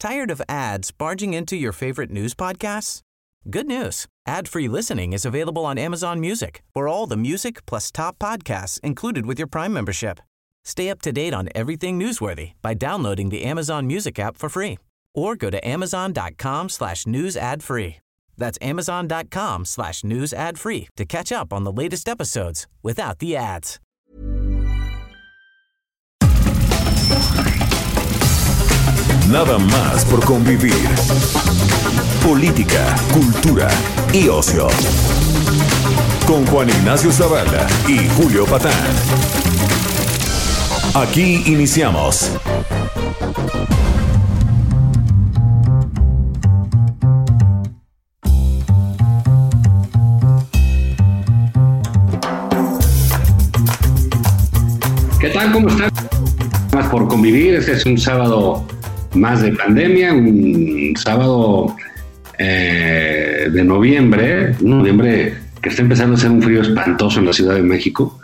Tired of ads barging into your favorite news podcasts? Good news. Ad-free listening is available on Amazon Music for all the music plus top podcasts included with your Prime membership. Stay up to date on everything newsworthy by downloading the Amazon Music app for free or go to amazon.com/news ad free. That's amazon.com/news ad free to catch up on the latest episodes without the ads. Nada más por convivir. Política, cultura y ocio. Con Juan Ignacio Zavala y Julio Patán. Aquí iniciamos. ¿Qué tal? ¿Cómo están? Más por convivir. Este es un sábado más de pandemia, un sábado de noviembre, un noviembre que está empezando a ser un frío espantoso en la Ciudad de México,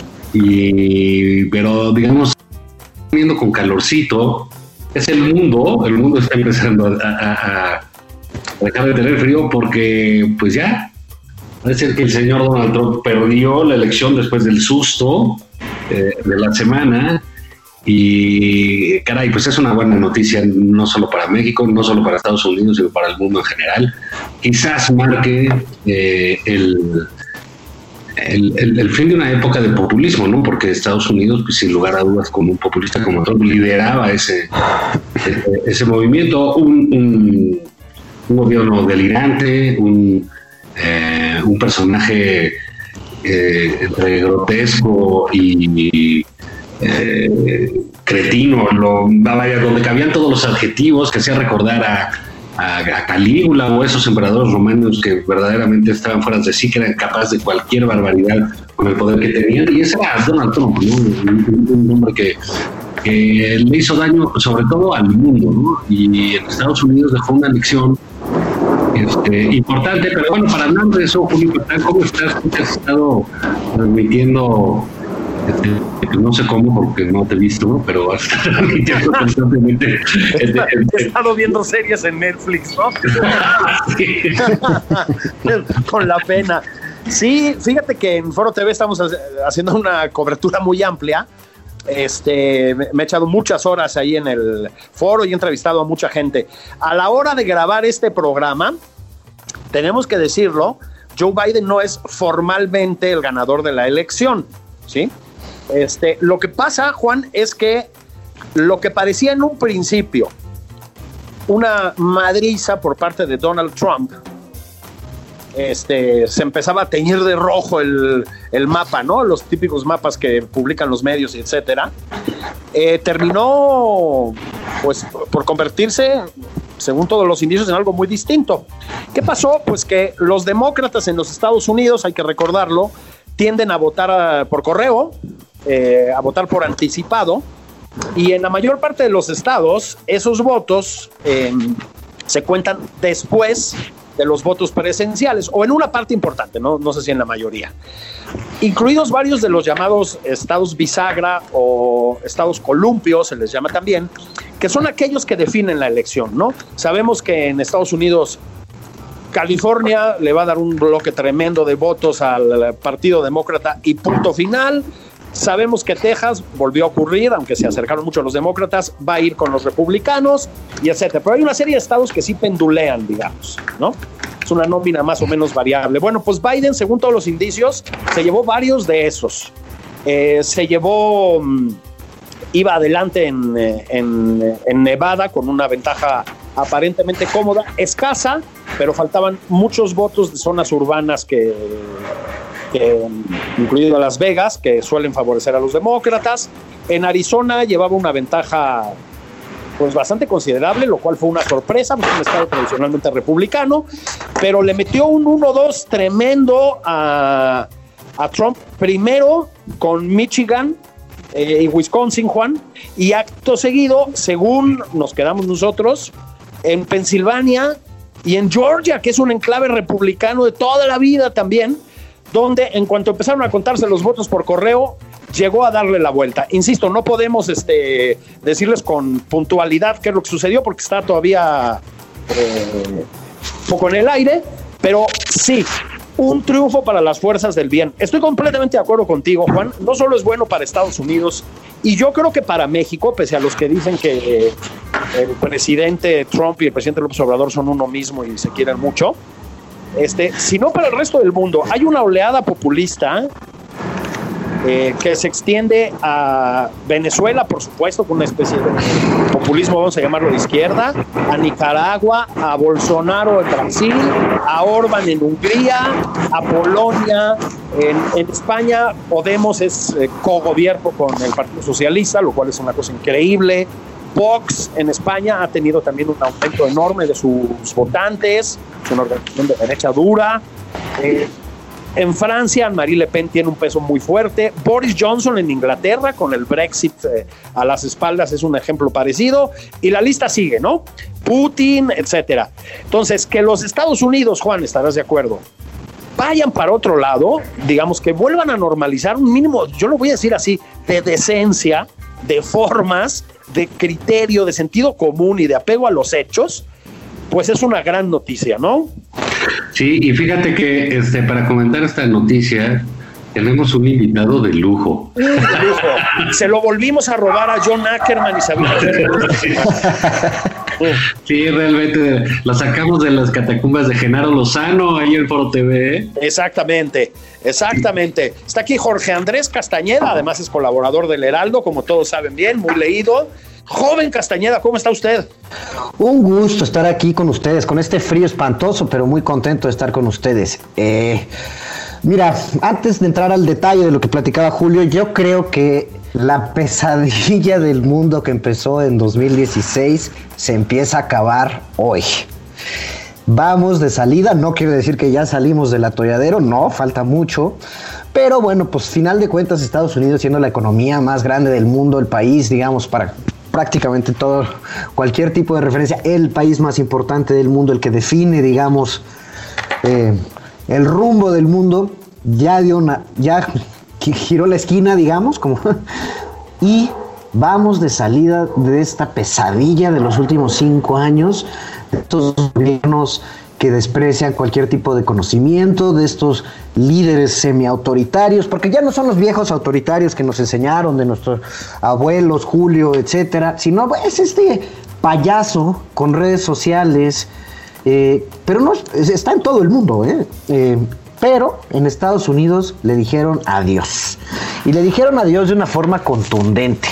pero digamos, viendo con calorcito, es el mundo está empezando a dejar de tener frío porque pues ya, parece que el señor Donald Trump perdió la elección después del susto de la semana. Y caray, pues es una buena noticia no solo para México, no solo para Estados Unidos, sino para el mundo en general. Quizás marque el fin de una época de populismo, ¿no? Porque Estados Unidos, pues, sin lugar a dudas, con un populista como Trump, lideraba ese movimiento, un gobierno delirante, un personaje entre grotesco y cretino, donde cabían todos los adjetivos que hacía recordar a Calígula o esos emperadores romanos que verdaderamente estaban fuera de sí, que eran capaces de cualquier barbaridad con el poder que tenían. Y ese era Donald Trump, ¿no? Un hombre que le hizo daño sobre todo al mundo, ¿no? Y en Estados Unidos dejó una lección importante. Pero bueno, para hablar de eso, Julio, ¿cómo estás? ¿Tú te has estado transmitiendo? No sé cómo, porque no te he visto, ¿no? Pero has estado transmitiendo constantemente. He estado viendo series en Netflix, ¿no? Con la pena. Sí, fíjate que en Foro TV estamos haciendo una cobertura muy amplia. Me he echado muchas horas ahí en el foro y he entrevistado a mucha gente. A la hora de grabar este programa, tenemos que decirlo, Joe Biden no es formalmente el ganador de la elección, ¿sí? Lo que pasa, Juan, es que lo que parecía en un principio una madriza por parte de Donald Trump, se empezaba a teñir de rojo el mapa, ¿no? Los típicos mapas que publican los medios, etcétera. Terminó, pues, por convertirse, según todos los indicios, en algo muy distinto. ¿Qué pasó? Pues que los demócratas en los Estados Unidos, hay que recordarlo, tienden a votar por correo, a votar por anticipado, y en la mayor parte de los estados esos votos se cuentan después de los votos presenciales, o en una parte importante, no sé si en la mayoría, incluidos varios de los llamados estados bisagra o estados columpios, se les llama también, que son aquellos que definen la elección, ¿no? Sabemos que en Estados Unidos California le va a dar un bloque tremendo de votos al Partido Demócrata y punto final. Sabemos que Texas volvió a ocurrir, aunque se acercaron mucho los demócratas, va a ir con los republicanos y etcétera. Pero hay una serie de estados que sí pendulean, digamos, ¿no? Es una nómina más o menos variable. Bueno, pues Biden, según todos los indicios, se llevó varios de esos. Iba adelante en Nevada con una ventaja aparentemente cómoda, escasa, pero faltaban muchos votos de zonas urbanas incluido Las Vegas, que suelen favorecer a los demócratas. En Arizona llevaba una ventaja pues bastante considerable, lo cual fue una sorpresa, porque es un estado tradicionalmente republicano, pero le metió un 1-2 tremendo a Trump, primero con Michigan y Wisconsin, Juan, y acto seguido, según nos quedamos nosotros, en Pensilvania y en Georgia, que es un enclave republicano de toda la vida también, donde en cuanto empezaron a contarse los votos por correo, llegó a darle la vuelta. Insisto, no podemos decirles con puntualidad qué es lo que sucedió porque está todavía un poco en el aire, pero sí, un triunfo para las fuerzas del bien. Estoy completamente de acuerdo contigo, Juan. No solo es bueno para Estados Unidos, y yo creo que para México, pese a los que dicen que el presidente Trump y el presidente López Obrador son uno mismo y se quieren mucho, sino para el resto del mundo. Hay una oleada populista que se extiende a Venezuela, por supuesto, con una especie de populismo, vamos a llamarlo de izquierda, a Nicaragua, a Bolsonaro en Brasil, a Orbán en Hungría, a Polonia, en España Podemos es cogobierno con el Partido Socialista, lo cual es una cosa increíble. Vox en España ha tenido también un aumento enorme de sus votantes, es una organización de derecha dura. En Francia, Anne-Marie Le Pen tiene un peso muy fuerte. Boris Johnson en Inglaterra, con el Brexit a las espaldas, es un ejemplo parecido. Y la lista sigue, ¿no? Putin, etcétera. Entonces, que los Estados Unidos, Juan, estarás de acuerdo, vayan para otro lado, digamos que vuelvan a normalizar un mínimo, yo lo voy a decir así, de decencia, de formas, de criterio, de sentido común y de apego a los hechos, pues es una gran noticia, ¿no? Sí, y fíjate que para comentar esta noticia tenemos un invitado de lujo. Se lo volvimos a robar a John Ackerman y Sabina. Sí, realmente lo sacamos de las catacumbas de Genaro Lozano ahí en Foro TV. Exactamente. Está aquí Jorge Andrés Castañeda, además es colaborador del Heraldo, como todos saben bien, muy leído. Joven Castañeda, ¿cómo está usted? Un gusto estar aquí con ustedes, con este frío espantoso, pero muy contento de estar con ustedes. Mira, antes de entrar al detalle de lo que platicaba Julio, yo creo que la pesadilla del mundo que empezó en 2016 se empieza a acabar hoy. Vamos de salida, no quiere decir que ya salimos del atolladero, no, falta mucho. Pero bueno, pues final de cuentas Estados Unidos siendo la economía más grande del mundo, el país, digamos, para prácticamente todo, cualquier tipo de referencia, el país más importante del mundo, el que define, digamos, el rumbo del mundo, ya giró la esquina, digamos, como y vamos de salida de esta pesadilla de los últimos 5 años, de estos gobiernos que desprecian cualquier tipo de conocimiento, de estos líderes semiautoritarios, porque ya no son los viejos autoritarios que nos enseñaron de nuestros abuelos, Julio, etcétera, sino pues este payaso con redes sociales, pero no está en todo el mundo, pero en Estados Unidos le dijeron adiós, y le dijeron adiós de una forma contundente,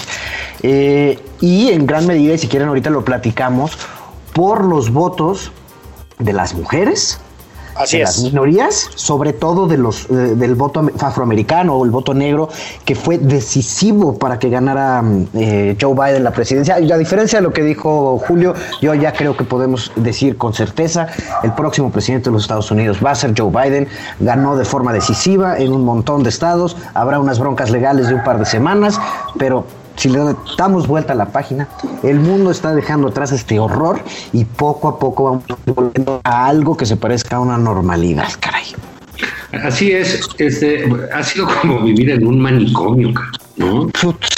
y en gran medida, y si quieren ahorita lo platicamos, por los votos de las mujeres, las minorías, sobre todo del voto afroamericano o el voto negro, que fue decisivo para que ganara Joe Biden la presidencia. Y a diferencia de lo que dijo Julio, yo ya creo que podemos decir con certeza, el próximo presidente de los Estados Unidos va a ser Joe Biden. Ganó de forma decisiva en un montón de estados, habrá unas broncas legales de un par de semanas, pero si le damos vuelta a la página, el mundo está dejando atrás este horror y poco a poco vamos volviendo a algo que se parezca a una normalidad, caray. Así es, ha sido como vivir en un manicomio, ¿no?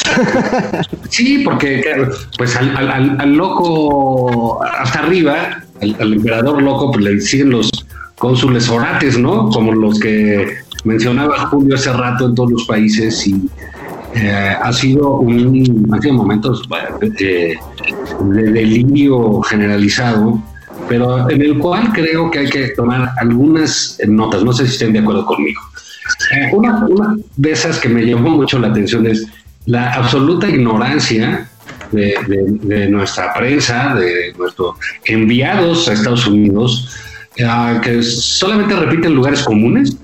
Sí, porque pues al loco hasta arriba, al emperador loco, pues le siguen los cónsules orates, ¿no? Como los que mencionaba Julio hace rato en todos los países, y han sido momentos de delirio generalizado, pero en el cual creo que hay que tomar algunas notas, no sé si estén de acuerdo conmigo. Una de esas que me llamó mucho la atención es la absoluta ignorancia de nuestra prensa, de nuestros enviados a Estados Unidos, que solamente repiten lugares comunes.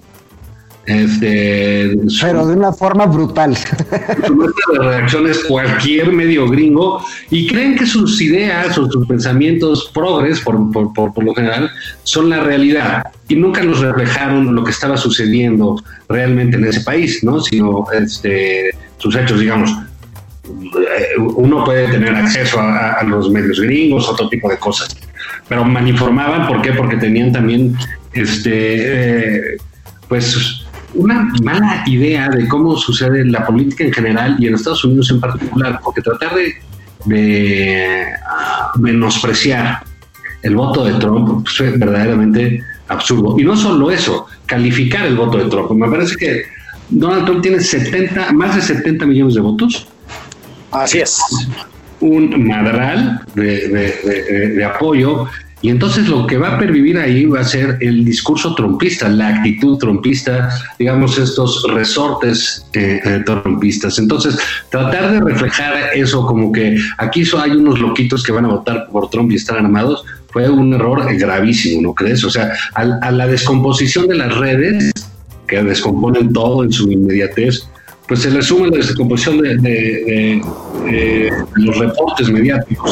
Pero de una forma brutal. Su muestra de reacciones cualquier medio gringo, y creen que sus ideas o sus pensamientos progres, por lo general, son la realidad, y nunca nos reflejaron lo que estaba sucediendo realmente en ese país, ¿no? Sino sus hechos, digamos. Uno puede tener acceso a los medios gringos, otro tipo de cosas, pero malinformaban. ¿Por qué? Porque tenían también pues una mala idea de cómo sucede la política en general y en Estados Unidos en particular, porque tratar de menospreciar el voto de Trump fue verdaderamente absurdo. Y no solo eso, calificar el voto de Trump. Me parece que Donald Trump tiene más de 70 millones de votos. Así es. Un madral de apoyo. Y entonces lo que va a pervivir ahí va a ser el discurso trumpista, la actitud trumpista, digamos, estos resortes trumpistas. Entonces, tratar de reflejar eso como que aquí hay unos loquitos que van a votar por Trump y están armados, fue un error gravísimo, ¿no crees? O sea, a la descomposición de las redes, que descomponen todo en su inmediatez, pues se le suma la descomposición de los reportes mediáticos.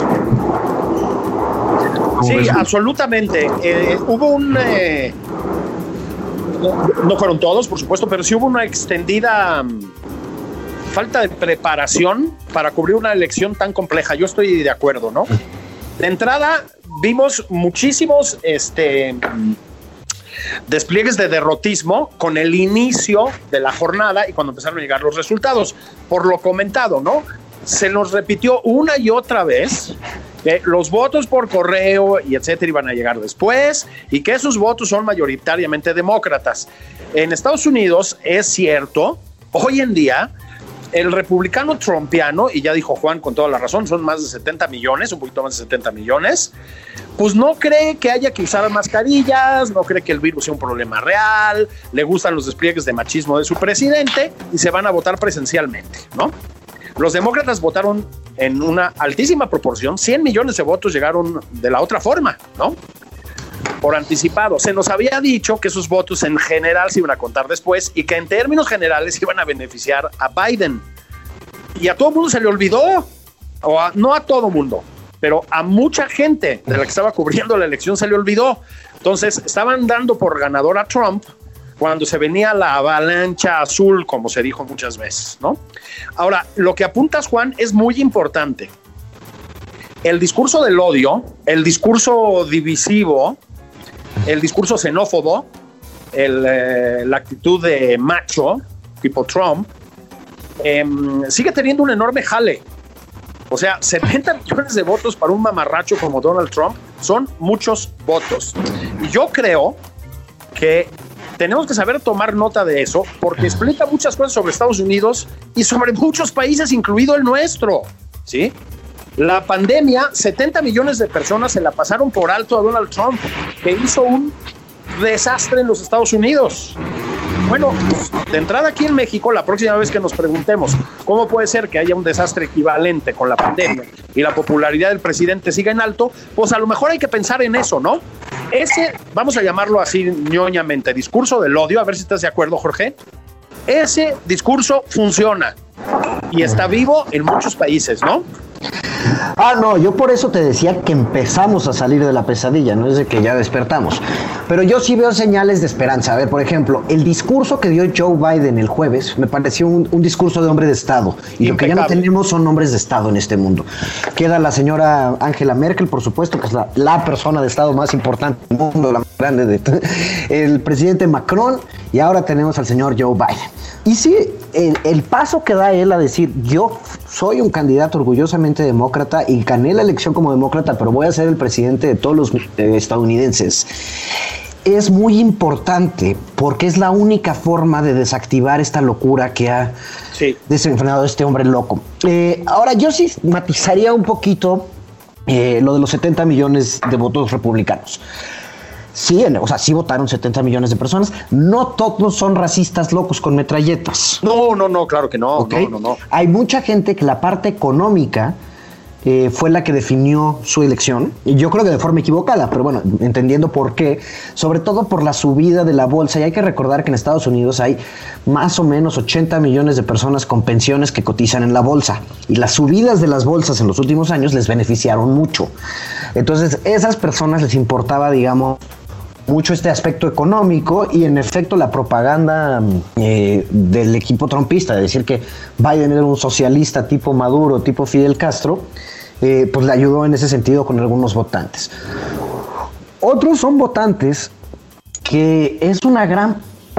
Sí, absolutamente. Hubo no fueron todos, por supuesto, pero sí hubo una extendida falta de preparación para cubrir una elección tan compleja. Yo estoy de acuerdo, ¿no? De entrada, vimos muchísimos despliegues de derrotismo con el inicio de la jornada y cuando empezaron a llegar los resultados. Por lo comentado, ¿no? Se nos repitió una y otra vez que los votos por correo y etcétera iban a llegar después y que esos votos son mayoritariamente demócratas. En Estados Unidos es cierto, hoy en día el republicano trumpiano, y ya dijo Juan con toda la razón, son más de 70 millones, un poquito más de 70 millones, pues no cree que haya que usar mascarillas, no cree que el virus sea un problema real, le gustan los despliegues de machismo de su presidente y se van a votar presencialmente, ¿no? Los demócratas votaron en una altísima proporción, 100 millones de votos llegaron de la otra forma, ¿no? Por anticipado. Se nos había dicho que esos votos en general se iban a contar después y que en términos generales iban a beneficiar a Biden. Y a todo mundo se le olvidó, no a todo mundo, pero a mucha gente de la que estaba cubriendo la elección se le olvidó. Entonces estaban dando por ganador a Trump cuando se venía la avalancha azul, como se dijo muchas veces, ¿no? Ahora, lo que apuntas, Juan, es muy importante. El discurso del odio, el discurso divisivo, el discurso xenófobo, la actitud de macho, tipo Trump, sigue teniendo un enorme jale. O sea, 70 millones de votos para un mamarracho como Donald Trump son muchos votos. Y yo creo que tenemos que saber tomar nota de eso porque explica muchas cosas sobre Estados Unidos y sobre muchos países, incluido el nuestro, ¿sí? La pandemia, 70 millones de personas se la pasaron por alto a Donald Trump, que hizo un desastre en los Estados Unidos. Bueno, de entrada aquí en México, la próxima vez que nos preguntemos cómo puede ser que haya un desastre equivalente con la pandemia y la popularidad del presidente siga en alto, pues a lo mejor hay que pensar en eso, ¿no? Ese, vamos a llamarlo así ñoñamente, discurso del odio, a ver si estás de acuerdo, Jorge. Ese discurso funciona y está vivo en muchos países, ¿no? No, yo por eso te decía que empezamos a salir de la pesadilla, no es de que ya despertamos. Pero yo sí veo señales de esperanza. A ver, por ejemplo, el discurso que dio Joe Biden el jueves me pareció un discurso de hombre de Estado. Y lo que ya no tenemos son hombres de Estado en este mundo. Queda la señora Angela Merkel, por supuesto, que es la persona de Estado más importante del mundo, la más grande el presidente Macron, y ahora tenemos al señor Joe Biden. Y sí, el paso que da él a decir, yo soy un candidato orgullosamente demócrata y gané la elección como demócrata, pero voy a ser el presidente de todos los estadounidenses, es muy importante porque es la única forma de desactivar esta locura que ha desenfrenado este hombre loco. Ahora, yo sí matizaría un poquito lo de los 70 millones de votos republicanos. Sí, o sea, sí votaron 70 millones de personas. No todos son racistas locos con metralletas. No, claro que no. ¿Okay? No. Hay mucha gente que la parte económica fue la que definió su elección. Y yo creo que de forma equivocada, pero bueno, entendiendo por qué. Sobre todo por la subida de la bolsa. Y hay que recordar que en Estados Unidos hay más o menos 80 millones de personas con pensiones que cotizan en la bolsa. Y las subidas de las bolsas en los últimos años les beneficiaron mucho. Entonces, esas personas les importaba, digamos, mucho este aspecto económico y en efecto la propaganda del equipo trumpista de decir que Biden era un socialista tipo Maduro, tipo Fidel Castro, pues le ayudó en ese sentido con algunos votantes. Otros son votantes que es una gran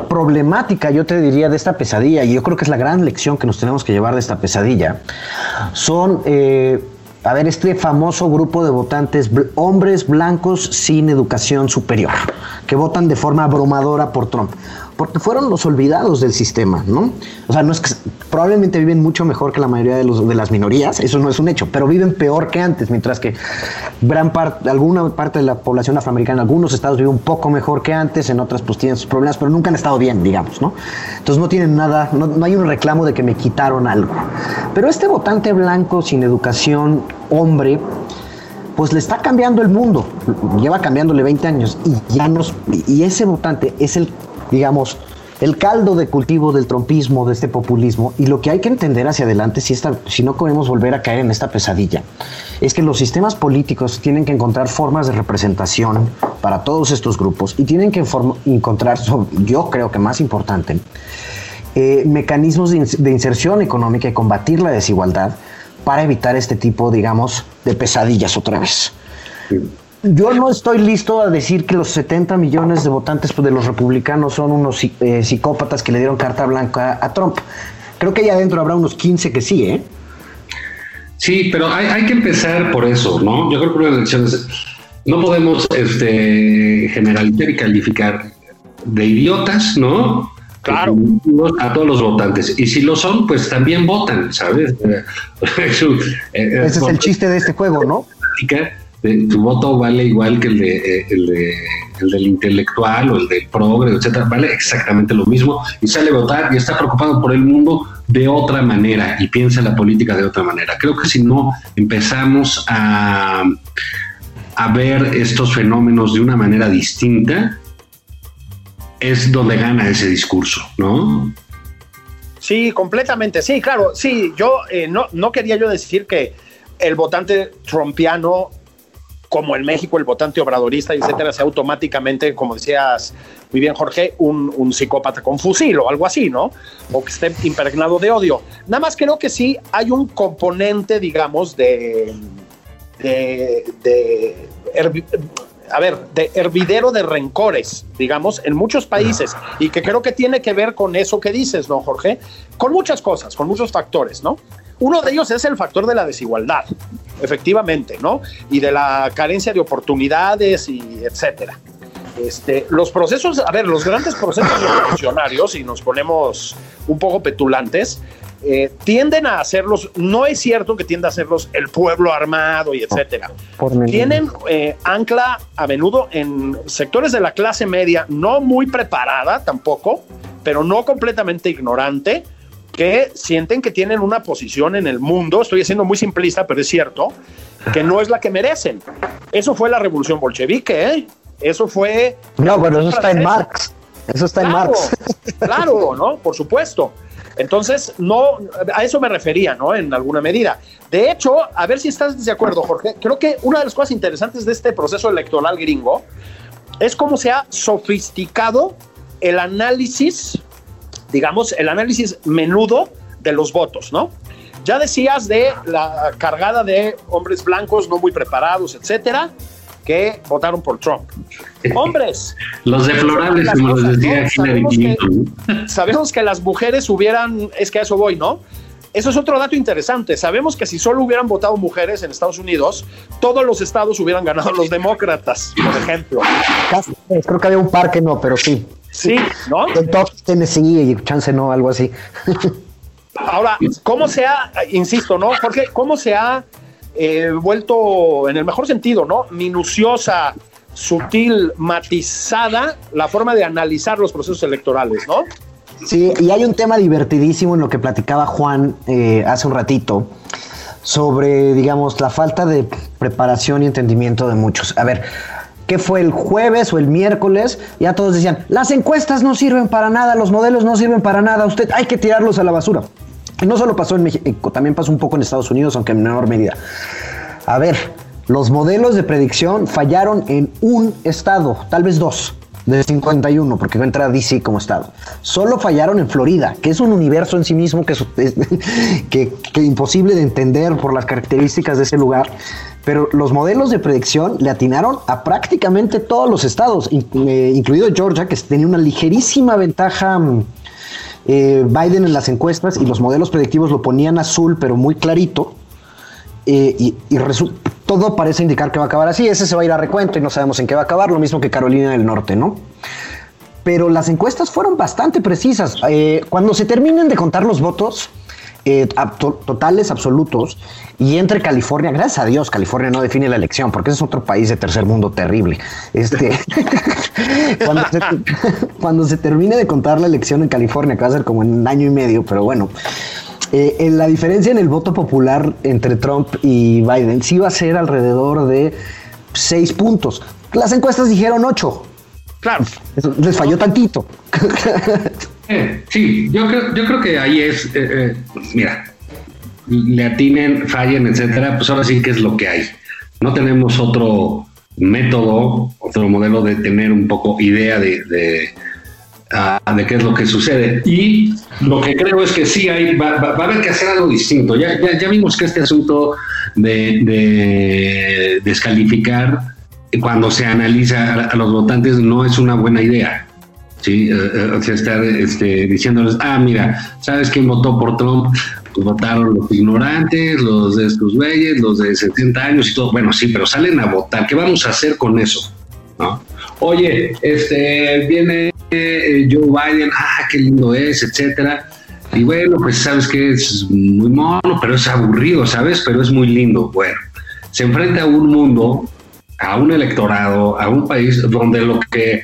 problemática, yo te diría, de esta pesadilla, y yo creo que es la gran lección que nos tenemos que llevar de esta pesadilla, son, este famoso grupo de votantes, hombres blancos sin educación superior, que votan de forma abrumadora por Trump, porque fueron los olvidados del sistema, ¿no? O sea, no es que probablemente viven mucho mejor que la mayoría de las minorías, eso no es un hecho, pero viven peor que antes, mientras que alguna parte de la población afroamericana en algunos estados vive un poco mejor que antes, en otras pues tienen sus problemas, pero nunca han estado bien, digamos, ¿no? Entonces no tienen nada, no hay un reclamo de que me quitaron algo. Pero este votante blanco sin educación, hombre, pues le está cambiando el mundo, lleva cambiándole 20 años y ese votante es el caldo de cultivo del trumpismo, de este populismo, y lo que hay que entender hacia adelante, si no queremos volver a caer en esta pesadilla, es que los sistemas políticos tienen que encontrar formas de representación para todos estos grupos y tienen que encontrar, yo creo que más importante, mecanismos de inserción económica y combatir la desigualdad para evitar este tipo, de pesadillas otra vez. Sí. Yo no estoy listo a decir que los 70 millones de votantes de los republicanos son unos psicópatas que le dieron carta blanca a Trump. Creo que allá adentro habrá unos 15 que sí, ¿eh? Sí, pero hay que empezar por eso, ¿no? Yo creo que las elecciones no podemos generalizar y calificar de idiotas, ¿no? Claro. A todos los votantes. Y si lo son, pues también votan, ¿sabes? Ese es el chiste de este juego, ¿no? Tu voto vale igual que el del intelectual o el del progre, etcétera, vale exactamente lo mismo, y sale a votar y está preocupado por el mundo de otra manera y piensa la política de otra manera. Creo que si no empezamos a ver estos fenómenos de una manera distinta, es donde gana ese discurso, ¿no? Sí, completamente, sí, claro, sí, yo no quería yo decir que el votante trumpiano, como en México el votante obradorista, etcétera, sea automáticamente, como decías muy bien, Jorge, un psicópata con fusil o algo así, ¿no? O que esté impregnado de odio. Nada más creo que sí hay un componente, de hervidero de rencores, en muchos países, y que creo que tiene que ver con eso que dices, ¿no, Jorge? Con muchas cosas, con muchos factores, ¿no? Uno de ellos es el factor de la desigualdad, efectivamente, ¿no? Y de la carencia de oportunidades y etcétera. Los procesos, los grandes procesos revolucionarios, y nos ponemos un poco petulantes, tienden a hacerlos, no es cierto que tienda a hacerlos el pueblo armado y etcétera. Tienen ancla a menudo en sectores de la clase media, no muy preparada tampoco, pero no completamente ignorante, que sienten que tienen una posición en el mundo, estoy siendo muy simplista, pero es cierto, que no es la que merecen. Eso fue la revolución bolchevique, ¿eh? Eso fue... No, pero eso está en Marx. Eso está en Marx. Claro, ¿no? Por supuesto. Entonces, no, a eso me refería, ¿no? En alguna medida. De hecho, a ver si estás de acuerdo, Jorge, creo que una de las cosas interesantes de este proceso electoral gringo es cómo se ha sofisticado el análisis, el análisis menudo de los votos, ¿no? Ya decías de la cargada de hombres blancos no muy preparados, etcétera, que votaron por Trump. Hombres. Los deplorables, como les decía Hillary Clinton. Sabemos que las mujeres es que a eso voy, ¿no? Eso es otro dato interesante. Sabemos que si solo hubieran votado mujeres en Estados Unidos, todos los estados hubieran ganado los demócratas, por ejemplo. Creo que había un par que no, pero sí. Sí, ¿no? Kentucky, Tennessee y chance no, algo así. Ahora, ¿cómo se ha, insisto, ¿no, Jorge? ¿Cómo se ha vuelto, en el mejor sentido, ¿no? Minuciosa, sutil, matizada la forma de analizar los procesos electorales, ¿no? Sí, y hay un tema divertidísimo en lo que platicaba Juan hace un ratito sobre, la falta de preparación y entendimiento de muchos. A ver, ¿qué fue el jueves o el miércoles? Ya todos decían, las encuestas no sirven para nada, los modelos no sirven para nada, hay que tirarlos a la basura. Y no solo pasó en México, también pasó un poco en Estados Unidos, aunque en menor medida. A ver, los modelos de predicción fallaron en un estado, tal vez dos, de 51, porque entra DC como estado. Solo fallaron en Florida, que es un universo en sí mismo que imposible de entender por las características de ese lugar. pero los modelos de predicción le atinaron a prácticamente todos los estados, incluido Georgia, que tenía una ligerísima ventaja Biden en las encuestas, y los modelos predictivos lo ponían azul, pero muy clarito, todo parece indicar que va a acabar así. Ese se va a ir a recuento y no sabemos en qué va a acabar, lo mismo que Carolina del Norte, ¿no? Pero las encuestas fueron bastante precisas. Cuando se terminen de contar los votos totales, absolutos, y entre California, gracias a Dios, California no define la elección, porque ese es otro país de tercer mundo terrible. Cuando se termine de contar la elección en California, que va a ser como en un año y medio, pero bueno, la diferencia en el voto popular entre Trump y Biden sí va a ser alrededor de 6 puntos. Las encuestas dijeron 8. Claro. Eso les falló tantito. Sí, yo creo que ahí es, pues mira, le atinen, fallen, etcétera, pues ahora sí que es lo que hay. No tenemos otro método, otro modelo de tener un poco idea de qué es lo que sucede. Y lo que creo es que sí va a haber que hacer algo distinto. Ya vimos que este asunto de descalificar cuando se analiza a los votantes no es una buena idea. Sí, o sea, estar diciéndoles, mira, ¿sabes quién votó por Trump? Pues votaron los ignorantes, los de estos güeyes, los de 70 años y todo. Bueno, sí, pero salen a votar. ¿Qué vamos a hacer con eso? ¿No? Oye, viene Joe Biden, qué lindo es, etcétera. Y bueno, pues sabes que es muy mono, pero es aburrido, ¿sabes? Pero es muy lindo. Bueno, se enfrenta a un mundo, a un electorado, a un país donde lo que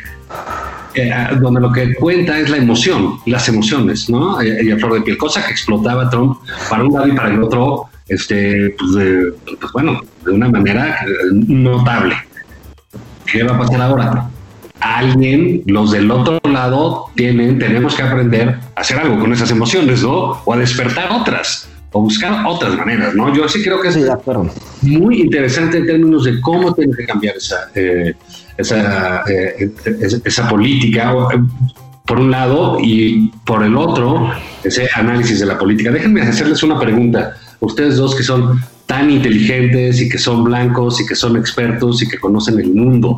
cuenta es la emoción, las emociones, ¿no? Y a flor de piel, cosa que explotaba Trump para un lado y para el otro, de una manera notable. ¿Qué va a pasar ahora? Los del otro lado tenemos que aprender a hacer algo con esas emociones, ¿no? O a despertar otras, o buscar otras maneras, ¿no? Yo sí creo que es muy interesante en términos de cómo tiene que cambiar esa política, por un lado, y por el otro, ese análisis de la política. Déjenme hacerles una pregunta. Ustedes dos que son tan inteligentes y que son blancos y que son expertos y que conocen el mundo.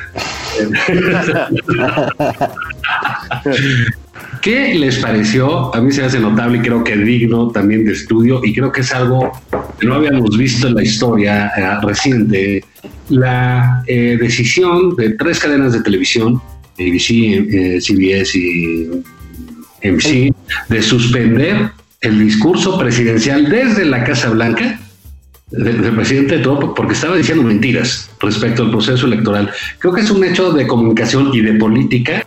¿Qué les pareció? A mí se me hace notable y creo que digno también de estudio, y creo que es algo que no habíamos visto en la historia reciente, la decisión de 3 cadenas de televisión, ABC, CBS y NBC, de suspender el discurso presidencial desde la Casa Blanca del presidente Trump, porque estaba diciendo mentiras respecto al proceso electoral. Creo que es un hecho de comunicación y de política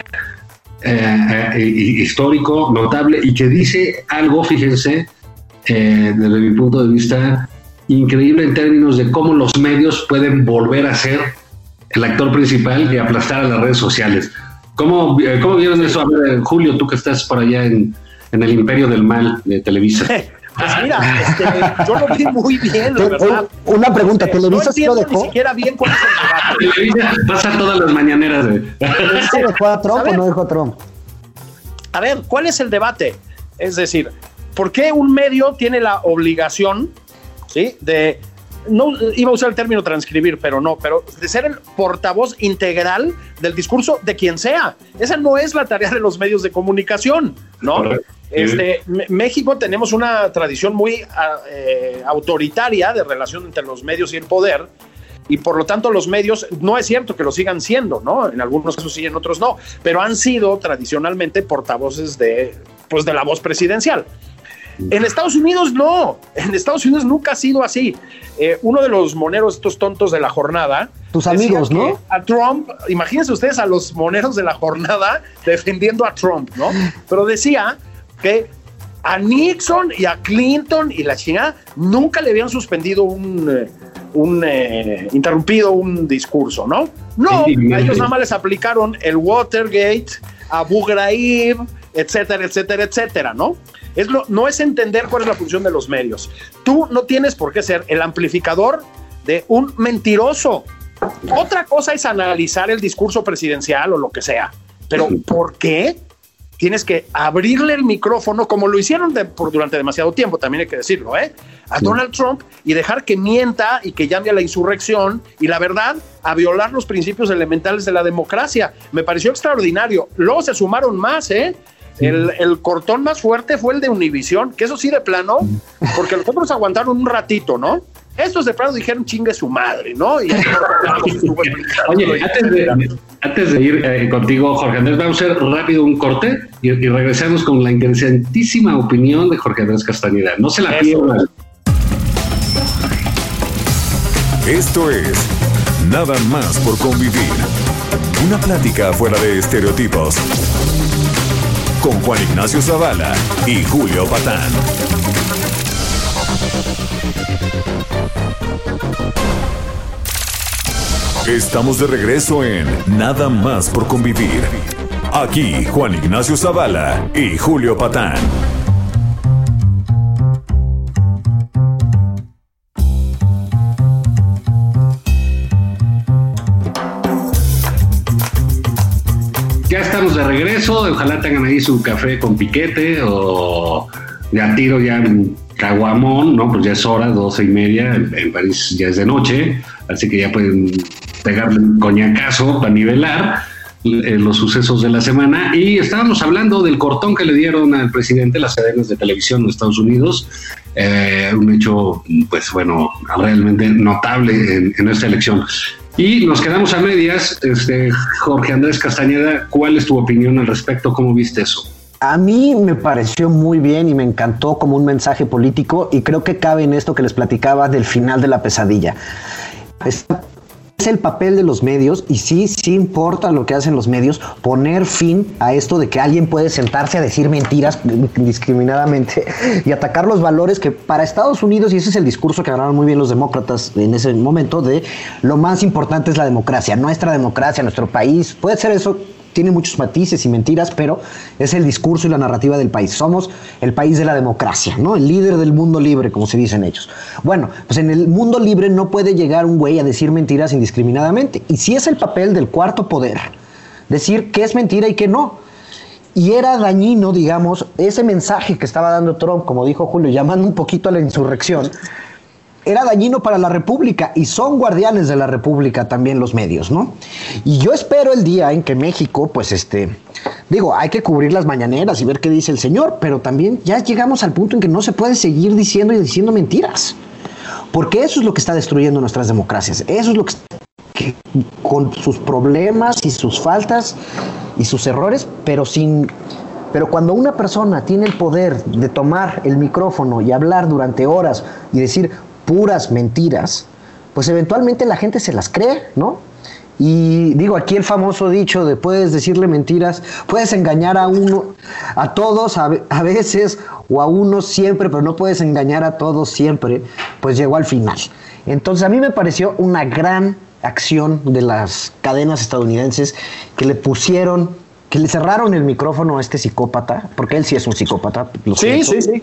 histórico, notable, y que dice algo, fíjense, desde mi punto de vista, increíble en términos de cómo los medios pueden volver a ser el actor principal y aplastar a las redes sociales. ¿Cómo vieron eso? A ver, Julio, tú que estás por allá en el imperio del mal de Televisa. Pues mira, yo lo vi muy bien, la verdad. Una pregunta, ¿Televisa no entiendo ni siquiera bien cuál es el debate. Televisa pasa todas las mañaneras. ¿Dejó a Trump o no dejó a Trump? A ver, ¿cuál es el debate? Es decir, ¿por qué un medio tiene la obligación, sí, de, no iba a usar el término transcribir, pero de ser el portavoz integral del discurso de quien sea? Esa no es la tarea de los medios de comunicación, ¿no? México tenemos una tradición muy autoritaria de relación entre los medios y el poder, y por lo tanto los medios, no es cierto que lo sigan siendo, ¿no? En algunos casos sí, en otros no, pero han sido tradicionalmente portavoces de la voz presidencial. En Estados Unidos no, en Estados Unidos nunca ha sido así. Uno de los moneros, estos tontos de la jornada, tus amigos, ¿no? A Trump, imagínense ustedes a los moneros de la jornada defendiendo a Trump, ¿no? Pero decía que a Nixon y a Clinton y la chingada nunca le habían suspendido interrumpido un discurso, ¿no? No, a ellos nada más les aplicaron el Watergate, Abu Ghraib, etcétera, etcétera, etcétera, ¿no? No es entender cuál es la función de los medios. Tú no tienes por qué ser el amplificador de un mentiroso. Otra cosa es analizar el discurso presidencial o lo que sea, pero ¿por qué? tienes que abrirle el micrófono, como lo hicieron durante demasiado tiempo, también hay que decirlo, a Donald Trump, y dejar que mienta y que llame a la insurrección y la verdad a violar los principios elementales de la democracia. Me pareció extraordinario. Luego se sumaron más, El cortón más fuerte fue el de Univisión, que eso sí de plano, porque los otros aguantaron un ratito, ¿no? Estos de plano dijeron chingue su madre, ¿no? Y oye, antes de ir contigo, Jorge Andrés, vamos a hacer rápido un corte y regresamos con la interesantísima opinión de Jorge Andrés Castañeda. No se la pierdan. Esto es Nada más por convivir. Una plática fuera de estereotipos. Con Juan Ignacio Zavala y Julio Patán. Estamos de regreso en Nada más por convivir. Aquí Juan Ignacio Zavala y Julio Patán. Ya estamos de regreso. Ojalá tengan ahí su café con piquete o ya tiro ya caguamón, ¿no? Pues ya es hora, 12:30, en París ya es de noche, así que ya pueden pegarle un coñacazo para nivelar los sucesos de la semana. Y estábamos hablando del cortón que le dieron al presidente las cadenas de televisión de Estados Unidos, un hecho, pues bueno, realmente notable en esta elección. Y nos quedamos a medias. Jorge Andrés Castañeda, ¿cuál es tu opinión al respecto? ¿Cómo viste eso? A mí me pareció muy bien y me encantó como un mensaje político, y creo que cabe en esto que les platicaba del final de la pesadilla. Es el papel de los medios, y sí importa lo que hacen los medios, poner fin a esto de que alguien puede sentarse a decir mentiras indiscriminadamente y atacar los valores que para Estados Unidos, y ese es el discurso que agarraron muy bien los demócratas en ese momento, de lo más importante es la democracia, nuestra democracia, nuestro país. Puede ser eso, tiene muchos matices y mentiras, pero es el discurso y la narrativa del país. Somos el país de la democracia, ¿no? El líder del mundo libre, como se dicen ellos. Bueno, pues en el mundo libre no puede llegar un güey a decir mentiras indiscriminadamente. Y sí es el papel del cuarto poder decir qué es mentira y qué no. Y era dañino, digamos, ese mensaje que estaba dando Trump, como dijo Julio, llamando un poquito a la insurrección, era dañino para la República, y son guardianes de la República también los medios, ¿no? Y yo espero el día en que México, pues hay que cubrir las mañaneras y ver qué dice el señor, pero también ya llegamos al punto en que no se puede seguir diciendo y diciendo mentiras, porque eso es lo que está destruyendo nuestras democracias, eso es lo que con sus problemas y sus faltas y sus errores, pero cuando una persona tiene el poder de tomar el micrófono y hablar durante horas y decir puras mentiras, pues eventualmente la gente se las cree, ¿no? Y digo, aquí el famoso dicho de puedes decirle mentiras, puedes engañar a todos a veces, o a unos siempre, pero no puedes engañar a todos siempre, pues llegó al final. Entonces a mí me pareció una gran acción de las cadenas estadounidenses que le cerraron el micrófono a este psicópata, porque él sí es un psicópata. Sí.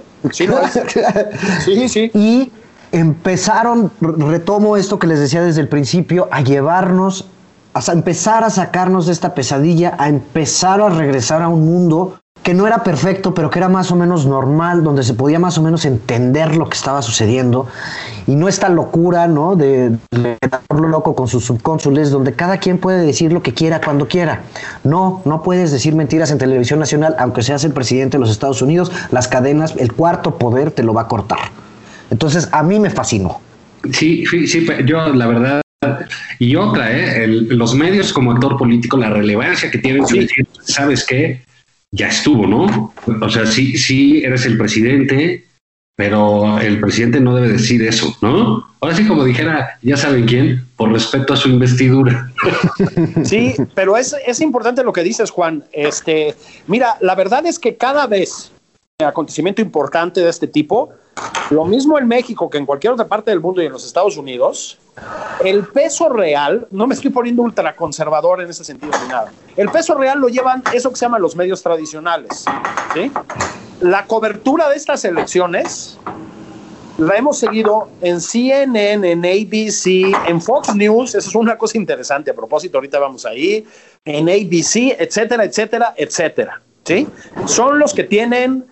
Y empezaron, retomo esto que les decía desde el principio, a llevarnos, a empezar a sacarnos de esta pesadilla, a empezar a regresar a un mundo que no era perfecto, pero que era más o menos normal, donde se podía más o menos entender lo que estaba sucediendo, y no esta locura, ¿no?, de lo loco con sus subcónsules, donde cada quien puede decir lo que quiera cuando quiera. No puedes decir mentiras en televisión nacional, aunque seas el presidente de los Estados Unidos, las cadenas, el cuarto poder te lo va a cortar. Entonces, a mí me fascinó. Sí, yo la verdad, y otra, los medios como actor político, la relevancia que tienen, ¿sabes qué? Ya estuvo, ¿no? O sea, sí eres el presidente, pero el presidente no debe decir eso, ¿no? Ahora sí, como dijera, ya saben quién, por respeto a su investidura. Sí, pero es importante lo que dices, Juan. Mira, la verdad es que cada vez un acontecimiento importante de este tipo, lo mismo en México que en cualquier otra parte del mundo y en los Estados Unidos, el peso real, no me estoy poniendo ultraconservador en ese sentido ni nada, el peso real lo llevan eso que se llaman los medios tradicionales, ¿sí? La cobertura de estas elecciones la hemos seguido en CNN, en ABC, en Fox News, eso es una cosa interesante, a propósito, ahorita vamos ahí, en ABC, etcétera, etcétera, etcétera. ¿sí? Son los que tienen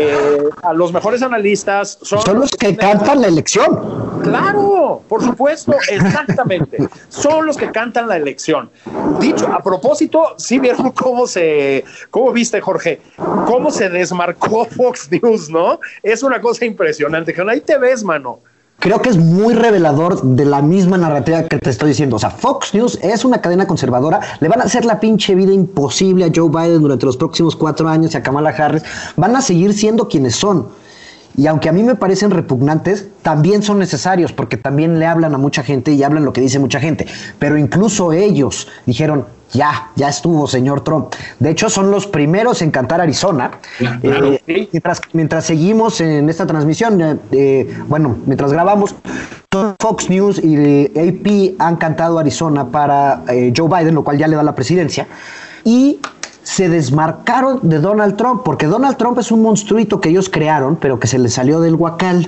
a los mejores analistas. Son los que cantan la elección. Claro, por supuesto, exactamente. Son los que cantan la elección. Dicho, a propósito, ¿sí vieron cómo viste, Jorge? Cómo se desmarcó Fox News, ¿no? Es una cosa impresionante. Ahí te ves, mano. Creo que es muy revelador de la misma narrativa que te estoy diciendo. O sea, Fox News es una cadena conservadora. Le van a hacer la pinche vida imposible a Joe Biden durante los próximos 4 años y a Kamala Harris. Van a seguir siendo quienes son. Y aunque a mí me parecen repugnantes, también son necesarios porque también le hablan a mucha gente y hablan lo que dice mucha gente. Pero incluso ellos dijeron, ya estuvo, señor Trump. De hecho, son los primeros en cantar Arizona. Claro. Mientras seguimos en esta transmisión, mientras grabamos, Fox News y AP han cantado Arizona para Joe Biden, lo cual ya le da la presidencia. Y se desmarcaron de Donald Trump, porque Donald Trump es un monstruito que ellos crearon, pero que se les salió del huacal.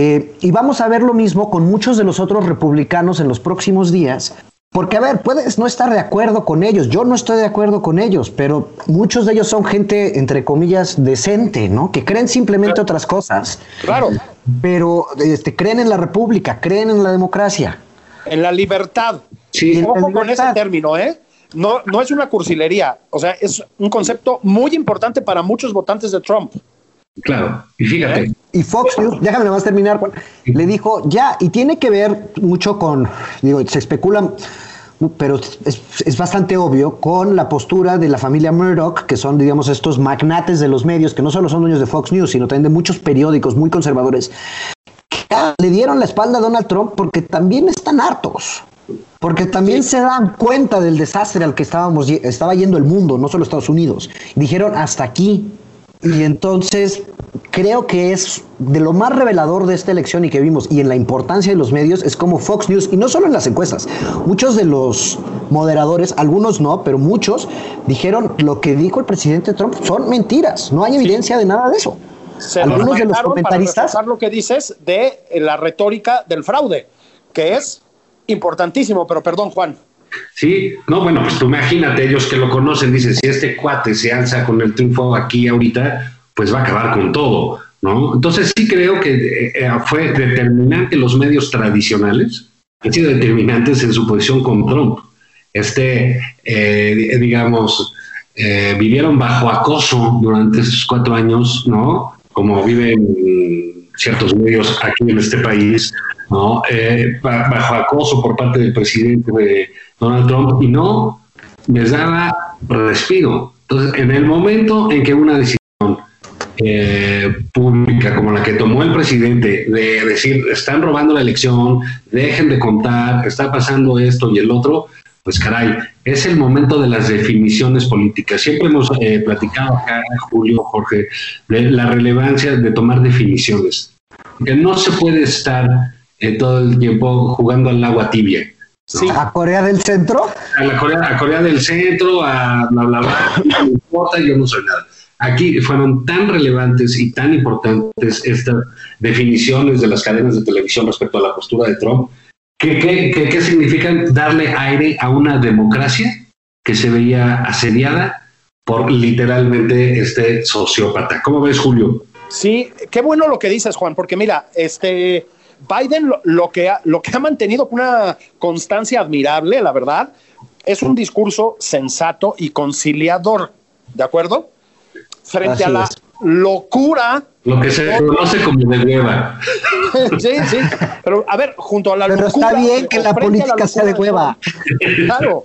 Y vamos a ver lo mismo con muchos de los otros republicanos en los próximos días. Porque, a ver, puedes no estar de acuerdo con ellos, yo no estoy de acuerdo con ellos, pero muchos de ellos son gente, entre comillas, decente, ¿no? Que creen simplemente otras cosas. Claro. Pero creen en la república, creen en la democracia. En la libertad. Sí. Ojo con ese término, ¿eh? No es una cursilería, o sea, es un concepto muy importante para muchos votantes de Trump. Claro, y fíjate. Y Fox News, déjame nomás terminar, Juan, le dijo ya, y tiene que ver mucho con, se especula, pero es bastante obvio, con la postura de la familia Murdoch, que son, digamos, estos magnates de los medios, que no solo son dueños de Fox News, sino también de muchos periódicos muy conservadores, que le dieron la espalda a Donald Trump porque también están hartos. Porque también se dan cuenta del desastre al que estaba yendo el mundo, no solo Estados Unidos. Y dijeron, hasta aquí. Y entonces creo que es de lo más revelador de esta elección y que vimos, y en la importancia de los medios, es como Fox News, y no solo en las encuestas, muchos de los moderadores, algunos no, pero muchos, dijeron lo que dijo el presidente Trump son mentiras, no hay evidencia de nada de eso. Algunos de los comentaristas... Para lo que dices de la retórica del fraude, que es importantísimo, pero perdón, Juan. Sí, no, bueno, pues tú imagínate, ellos que lo conocen, dicen, si este cuate se alza con el triunfo aquí ahorita, pues va a acabar con todo, ¿no? Entonces sí creo que fue determinante los medios tradicionales, han sido determinantes en su posición con Trump. Vivieron bajo acoso durante esos 4 años, ¿no? Como viven ciertos medios aquí en este país, ¿no? Bajo acoso por parte del presidente de Donald Trump, y no les daba respiro. Entonces, en el momento en que una decisión pública como la que tomó el presidente de decir, están robando la elección, dejen de contar, está pasando esto y el otro, pues caray, es el momento de las definiciones políticas. Siempre hemos platicado acá, Julio, Jorge, de la relevancia de tomar definiciones, que no se puede estar todo el tiempo jugando al agua tibia. Sí. ¿A Corea del Centro? A Corea del Centro, a bla, bla, bla, no me importa, yo no soy nada. Aquí fueron tan relevantes y tan importantes estas definiciones de las cadenas de televisión respecto a la postura de Trump, que significan darle aire a una democracia que se veía asediada por literalmente este sociópata. ¿Cómo ves, Julio? Sí, qué bueno lo que dices, Juan, porque mira, Biden lo que ha mantenido con una constancia admirable, la verdad, es un discurso sensato y conciliador, ¿de acuerdo? Frente a la locura. Lo que se conoce como de hueva. Sí, pero a ver, junto a la locura. Pero está bien que la política sea de hueva. Claro.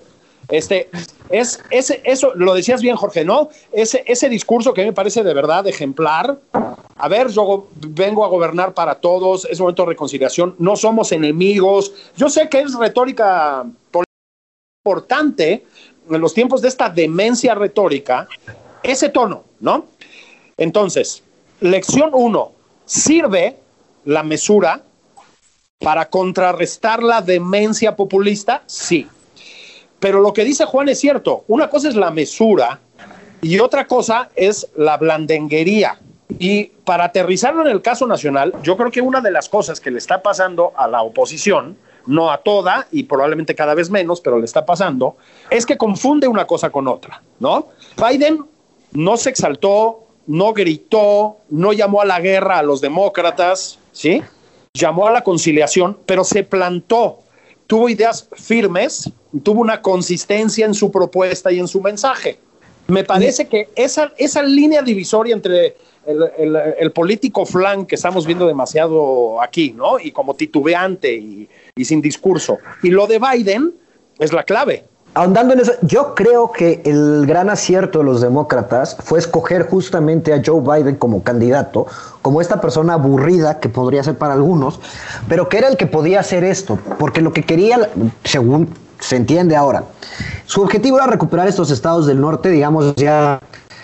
Eso lo decías bien, Jorge, ¿no? Ese discurso que me parece de verdad ejemplar. A ver, yo vengo a gobernar para todos, es momento de reconciliación, no somos enemigos. Yo sé que es retórica importante en los tiempos de esta demencia retórica, ese tono, ¿no? Entonces, lección 1, ¿sirve la mesura para contrarrestar la demencia populista? Sí. Pero lo que dice Juan es cierto. Una cosa es la mesura y otra cosa es la blandenguería. Y para aterrizarlo en el caso nacional, yo creo que una de las cosas que le está pasando a la oposición, no a toda y probablemente cada vez menos, pero le está pasando, es que confunde una cosa con otra, ¿no? Biden no se exaltó, no gritó, no llamó a la guerra a los demócratas, ¿sí? Llamó a la conciliación, pero se plantó, tuvo ideas firmes, tuvo una consistencia en su propuesta y en su mensaje. Me parece que esa línea divisoria entre el político flan que estamos viendo demasiado aquí, ¿no? Y como titubeante y sin discurso. Y lo de Biden es la clave. Ahondando en eso, yo creo que el gran acierto de los demócratas fue escoger justamente a Joe Biden como candidato, como esta persona aburrida que podría ser para algunos, pero que era el que podía hacer esto, porque lo que quería, según se entiende ahora, su objetivo era recuperar estos estados del norte, digamos ya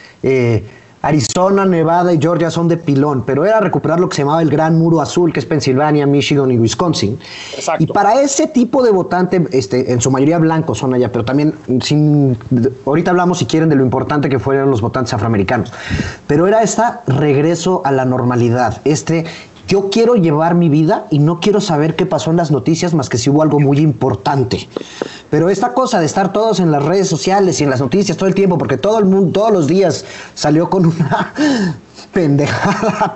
Arizona, Nevada y Georgia son de pilón, pero era recuperar lo que se llamaba el Gran Muro Azul, que es Pensilvania, Michigan y Wisconsin. Exacto. Y para ese tipo de votante, en su mayoría blancos son allá, pero también ahorita hablamos, si quieren, de lo importante que fueron los votantes afroamericanos. Pero era regreso a la normalidad, yo quiero llevar mi vida y no quiero saber qué pasó en las noticias más que si hubo algo muy importante. Pero esta cosa de estar todos en las redes sociales y en las noticias todo el tiempo, porque todo el mundo todos los días salió con una pendejada,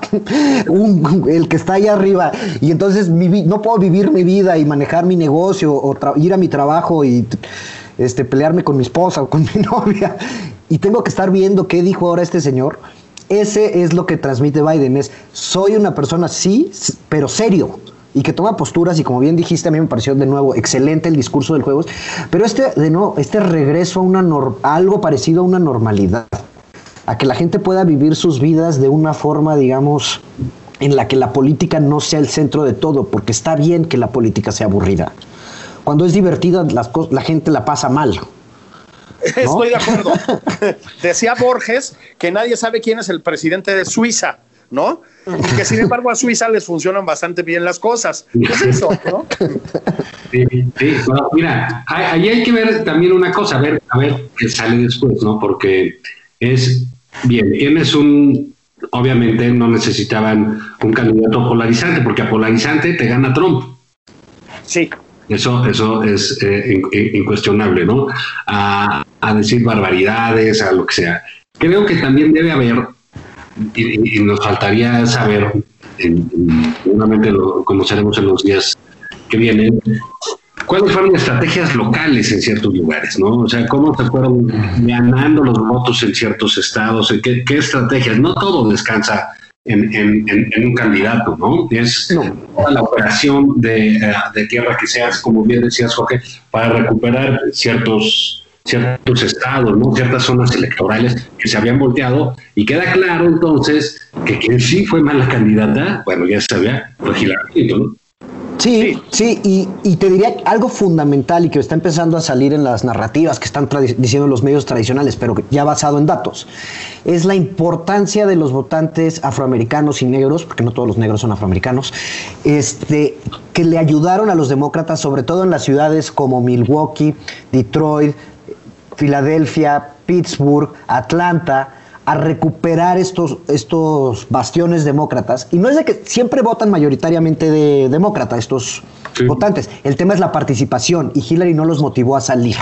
el que está ahí arriba, y entonces no puedo vivir mi vida y manejar mi negocio o ir a mi trabajo y pelearme con mi esposa o con mi novia, y tengo que estar viendo qué dijo ahora este señor. Ese es lo que transmite Biden, soy una persona sí, pero serio, y que toma posturas, y como bien dijiste, a mí me pareció de nuevo excelente el discurso del juego, pero este regreso a algo parecido a una normalidad, a que la gente pueda vivir sus vidas de una forma, digamos, en la que la política no sea el centro de todo, porque está bien que la política sea aburrida. Cuando es divertida, la gente la pasa mal. ¿No? Estoy de acuerdo. Decía Borges que nadie sabe quién es el presidente de Suiza, ¿no? Y que sin embargo a Suiza les funcionan bastante bien las cosas. ¿Qué es eso, no? Sí. Bueno, mira, ahí hay que ver también una cosa, a ver qué sale después, ¿no? Porque obviamente no necesitaban un candidato polarizante, porque a polarizante te gana Trump. Sí. Eso es incuestionable, ¿no? A decir barbaridades, a lo que sea. Creo que también debe haber, y nos faltaría saber, seguramente lo conoceremos en los días que vienen, cuáles fueron las estrategias locales en ciertos lugares, ¿no? O sea, cómo se fueron ganando los votos en ciertos estados, qué estrategias. No todo descansa en un candidato, ¿no? Es toda la operación de tierra que se hace, como bien decías, Jorge, para recuperar ciertos estados, ¿no? Ciertas zonas electorales que se habían volteado, y queda claro entonces que quien sí fue mala candidata, bueno, ya se sabía, fue Hillary Clinton, ¿no? Sí, y te diría algo fundamental y que está empezando a salir en las narrativas que están diciendo los medios tradicionales, pero ya basado en datos, es la importancia de los votantes afroamericanos y negros, porque no todos los negros son afroamericanos, que le ayudaron a los demócratas, sobre todo en las ciudades como Milwaukee, Detroit, Filadelfia, Pittsburgh, Atlanta, a recuperar estos bastiones demócratas. Y no es de que siempre votan mayoritariamente de demócrata estos votantes. El tema es la participación, y Hillary no los motivó a salir.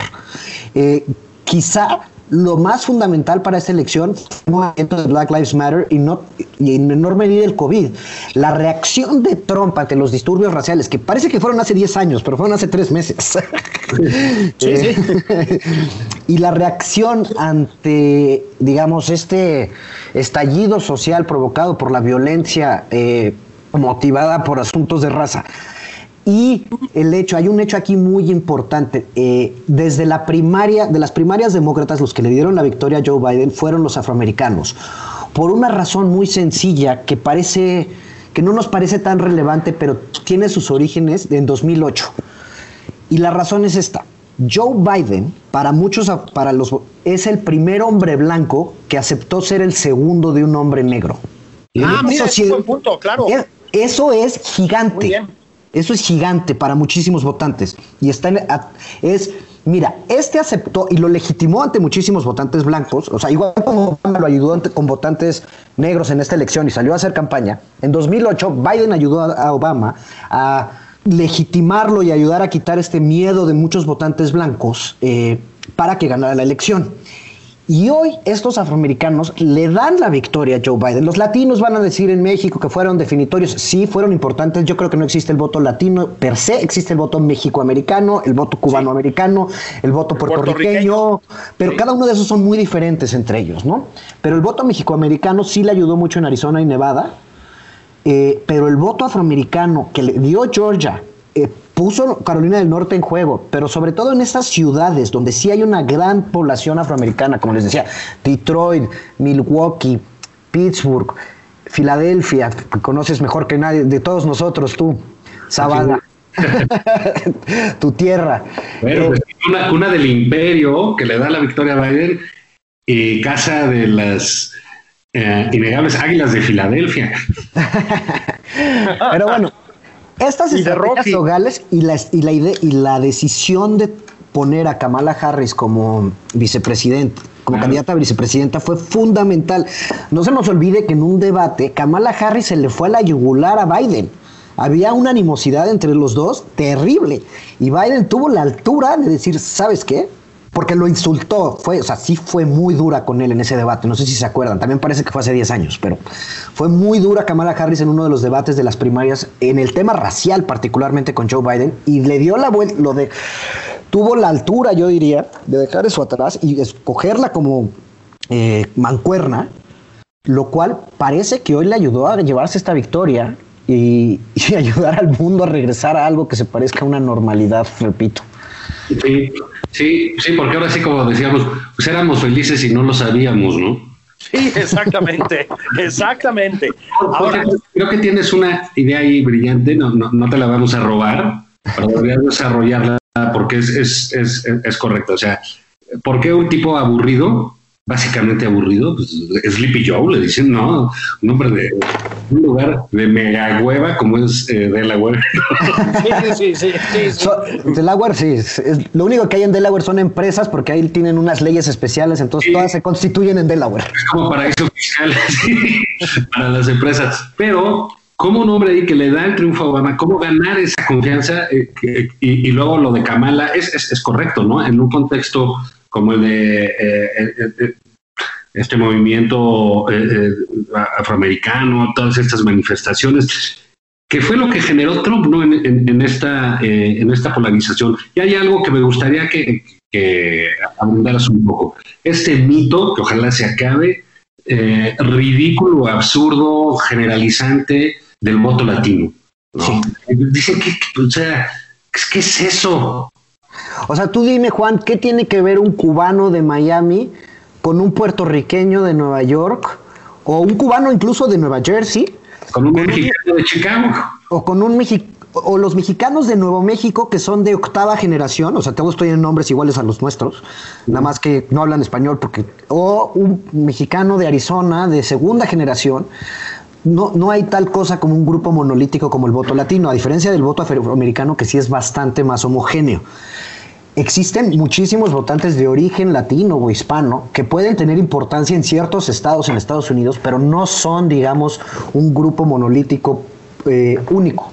Quizá lo más fundamental para esta elección fue el movimiento de Black Lives Matter y en enorme medida el COVID. La reacción de Trump ante los disturbios raciales, que parece que fueron hace 10 años, pero fueron hace 3 meses. Sí. Y la reacción ante, digamos, este estallido social provocado por la violencia motivada por asuntos de raza. Y hay un hecho aquí muy importante. Desde de las primarias demócratas, los que le dieron la victoria a Joe Biden fueron los afroamericanos, por una razón muy sencilla que no nos parece tan relevante, pero tiene sus orígenes en 2008. Y la razón es esta: Joe Biden, es el primer hombre blanco que aceptó ser el segundo de un hombre negro. Mira, es un buen punto, claro. Eso es gigante. Muy bien. Eso es gigante para muchísimos votantes. Y aceptó y lo legitimó ante muchísimos votantes blancos. O sea, igual como Obama lo ayudó con votantes negros en esta elección y salió a hacer campaña. En 2008, Biden ayudó a Obama a legitimarlo y ayudar a quitar este miedo de muchos votantes blancos para que ganara la elección. Y hoy estos afroamericanos le dan la victoria a Joe Biden. Los latinos van a decir en México que fueron definitorios. Sí, fueron importantes. Yo creo que no existe el voto latino per se. Existe el voto mexicoamericano, el voto cubanoamericano, el voto puertorriqueño. Pero cada uno de esos son muy diferentes entre ellos, ¿no? Pero el voto mexicoamericano sí le ayudó mucho en Arizona y Nevada. Pero el voto afroamericano que le dio Georgia puso Carolina del Norte en juego, pero sobre todo en estas ciudades donde sí hay una gran población afroamericana, como les decía, Detroit, Milwaukee, Pittsburgh, Filadelfia, que conoces mejor que nadie, de todos nosotros, tú, Zavala, tu tierra. Bueno, pues una del imperio que le da la victoria a Biden y casa de las innegables Águilas de Filadelfia. Pero bueno, estas estrategias locales y la decisión de poner a Kamala Harris como vicepresidenta, como candidata a vicepresidenta, fue fundamental. No se nos olvide que en un debate Kamala Harris se le fue a la yugular a Biden. Había una animosidad entre los dos terrible y Biden tuvo la altura de decir, ¿sabes qué? Porque lo insultó, sí fue muy dura con él en ese debate, no sé si se acuerdan, también parece que fue hace 10 años, pero fue muy dura Kamala Harris en uno de los debates de las primarias, en el tema racial particularmente con Joe Biden, y le dio la vuelta, tuvo la altura, yo diría, de dejar eso atrás y escogerla como mancuerna, lo cual parece que hoy le ayudó a llevarse esta victoria y ayudar al mundo a regresar a algo que se parezca a una normalidad, repito. Sí, porque ahora sí, como decíamos, pues éramos felices y no lo sabíamos, ¿no? Sí, exactamente. Ahora, creo que tienes una idea ahí brillante, no te la vamos a robar, pero deberías desarrollarla porque es correcta. O sea, ¿por qué un tipo aburrido, básicamente aburrido, pues Sleepy Joe, le dicen, no, un hombre de un lugar de mega hueva como es Delaware? Sí. Delaware, sí. Lo único que hay en Delaware son empresas porque ahí tienen unas leyes especiales, entonces todas se constituyen en Delaware. Es como paraíso fiscal para las empresas. Pero, como un hombre ahí que le da el triunfo a Obama, cómo ganar esa confianza y luego lo de Kamala es correcto, ¿no? En un contexto como el de este movimiento afroamericano, todas estas manifestaciones, que fue lo que generó Trump, ¿no? en esta polarización. Y hay algo que me gustaría que abundaras un poco. Este mito, que ojalá se acabe, ridículo, absurdo, generalizante del voto latino, ¿no? Sí. Dicen ¿qué es eso? O sea, tú dime, Juan, ¿qué tiene que ver un cubano de Miami con un puertorriqueño de Nueva York o un cubano incluso de Nueva Jersey? Con un mexicano de Chicago. O los mexicanos de Nuevo México que son de 8ª generación, o sea, todos tienen nombres iguales a los nuestros, nada más que no hablan español o un mexicano de Arizona de 2ª generación. No hay tal cosa como un grupo monolítico como el voto latino, a diferencia del voto afroamericano, que sí es bastante más homogéneo. Existen muchísimos votantes de origen latino o hispano que pueden tener importancia en ciertos estados en Estados Unidos, pero no son, digamos, un grupo monolítico único.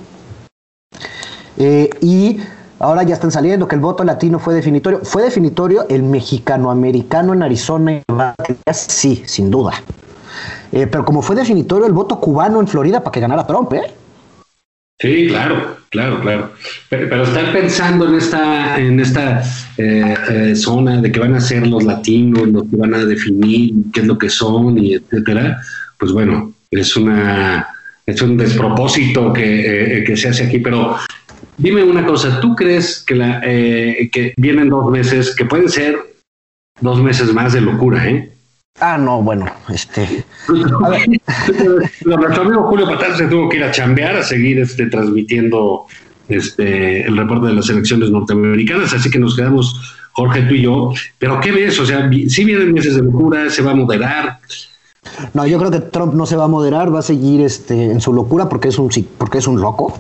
Y ahora ya están saliendo que el voto latino fue definitorio. ¿Fue definitorio el mexicano-americano en Arizona y Nevada? Sí, sin duda. Pero como fue definitorio el voto cubano en Florida para que ganara Trump, ¿eh? Sí, claro. Pero estar pensando en esta zona de que van a ser los latinos los que van a definir qué es lo que son y etcétera, pues bueno, es un despropósito que se hace aquí. Pero dime una cosa, ¿tú crees que vienen 2 meses, que pueden ser 2 meses más de locura, No, bueno, a ver. Nuestro amigo Julio Patán se tuvo que ir a chambear, a seguir transmitiendo el reporte de las elecciones norteamericanas, así que nos quedamos Jorge, tú y yo. Pero ¿qué ves? O sea, si vienen meses de locura, ¿se va a moderar? No, yo creo que Trump no se va a moderar, va a seguir en su locura porque es un loco.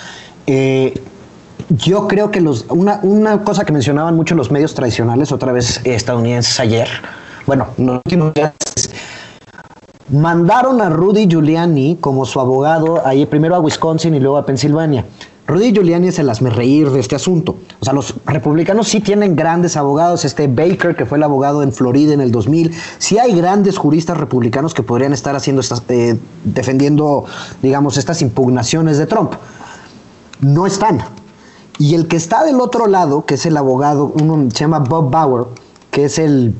Yo creo que una cosa que mencionaban mucho los medios tradicionales, otra vez estadounidenses ayer, bueno, no mandaron a Rudy Giuliani como su abogado ahí primero a Wisconsin y luego a Pensilvania. Rudy Giuliani es el hazmerreír de este asunto. O sea, los republicanos sí tienen grandes abogados. Baker, que fue el abogado en Florida en el 2000. Sí hay grandes juristas republicanos que podrían estar haciendo defendiendo, digamos, estas impugnaciones de Trump. No están. Y el que está del otro lado, que es el abogado, uno se llama Bob Bauer, que es el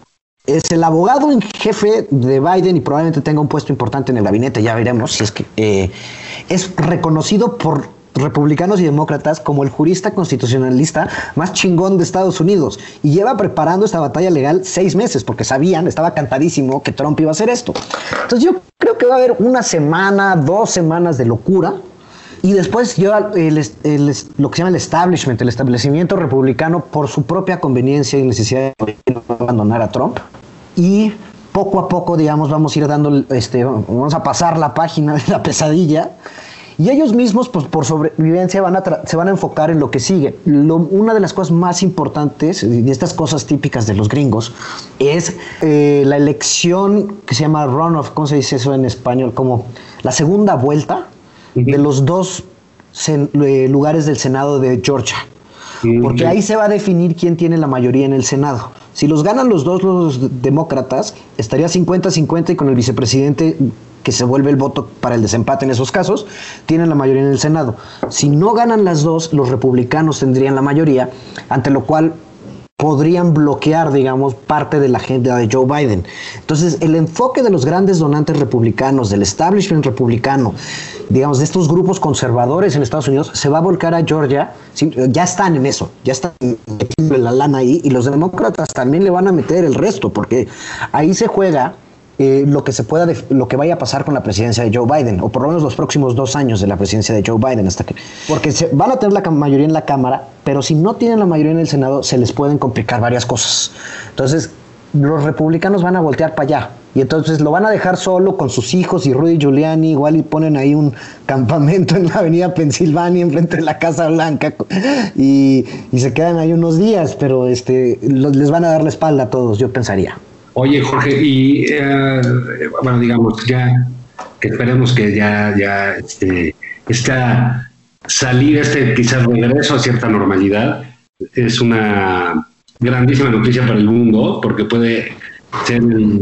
abogado en jefe de Biden y probablemente tenga un puesto importante en el gabinete, ya veremos, si es que es reconocido por republicanos y demócratas como el jurista constitucionalista más chingón de Estados Unidos, y lleva preparando esta batalla legal 6 meses, porque estaba cantadísimo que Trump iba a hacer esto. Entonces yo creo que va a haber 1 semana, 2 semanas de locura, y después lo que se llama el establishment, el establecimiento republicano, por su propia conveniencia y necesidad de abandonar a Trump. Y poco a poco, digamos, vamos a ir dando, vamos a pasar la página de la pesadilla. Y ellos mismos, pues por sobrevivencia, se van a enfocar en lo que sigue. Una de las cosas más importantes, de estas cosas típicas de los gringos, es la elección que se llama runoff, ¿cómo se dice eso en español? Como la segunda vuelta de los 2 lugares del Senado de Georgia. Porque ahí se va a definir quién tiene la mayoría en el Senado. Si los ganan los demócratas, estaría 50-50 y con el vicepresidente, que se vuelve el voto para el desempate en esos casos, tienen la mayoría en el Senado. Si no ganan las 2, los republicanos tendrían la mayoría, ante lo cual podrían bloquear, digamos, parte de la agenda de Joe Biden. Entonces, el enfoque de los grandes donantes republicanos, del establishment republicano, digamos, de estos grupos conservadores en Estados Unidos, se va a volcar a Georgia. Ya están en eso, ya están metiendo la lana ahí, y los demócratas también le van a meter el resto, porque ahí se juega lo que vaya a pasar con la presidencia de Joe Biden, o por lo menos los próximos 2 años de la presidencia de Joe Biden, porque van a tener la mayoría en la Cámara, pero si no tienen la mayoría en el Senado, se les pueden complicar varias cosas. Entonces, los republicanos van a voltear para allá, y entonces lo van a dejar solo con sus hijos y Rudy Giuliani, igual, y ponen ahí un campamento en la avenida Pensilvania, enfrente de la Casa Blanca, y se quedan ahí unos días, pero les van a dar la espalda a todos, yo pensaría. Oye, Jorge, y bueno, digamos, ya que esperemos que ya quizás regreso a cierta normalidad, es una grandísima noticia para el mundo, porque puede ser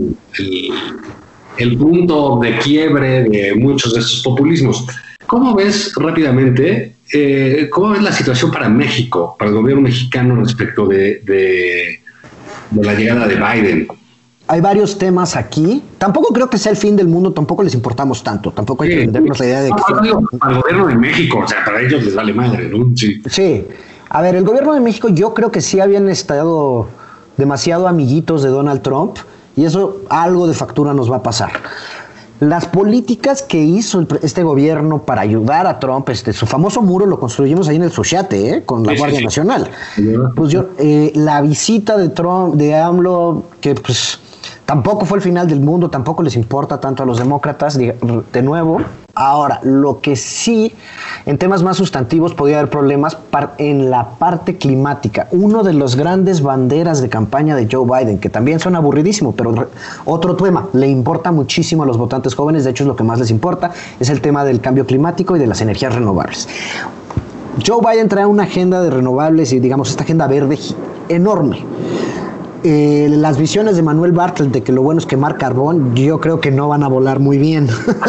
el punto de quiebre de muchos de estos populismos. ¿Cómo ves rápidamente, cómo ves la situación para México, para el gobierno mexicano respecto de la llegada de Biden? Hay varios temas aquí. Tampoco creo que sea el fin del mundo, tampoco les importamos tanto. Tampoco hay que vendernos la idea de que... Al gobierno de México, o sea, para ellos les vale madre, ¿no? Sí. A ver, el gobierno de México, yo creo que sí habían estado demasiado amiguitos de Donald Trump, y eso, algo de factura nos va a pasar. Las políticas que hizo este gobierno para ayudar a Trump, su famoso muro lo construimos ahí en el Xochate, con la Guardia Nacional. Pues la visita de Trump, de AMLO, que pues tampoco fue el final del mundo, tampoco les importa tanto a los demócratas, de nuevo. Ahora, lo que sí, en temas más sustantivos, podría haber problemas en la parte climática. Uno de los grandes banderas de campaña de Joe Biden, que también son aburridísimo, pero otro tema, le importa muchísimo a los votantes jóvenes, de hecho es lo que más les importa, es el tema del cambio climático y de las energías renovables. Joe Biden trae una agenda de renovables y, digamos, esta agenda verde enorme. Las visiones de Manuel Bartlett de que lo bueno es quemar carbón, yo creo que no van a volar muy bien.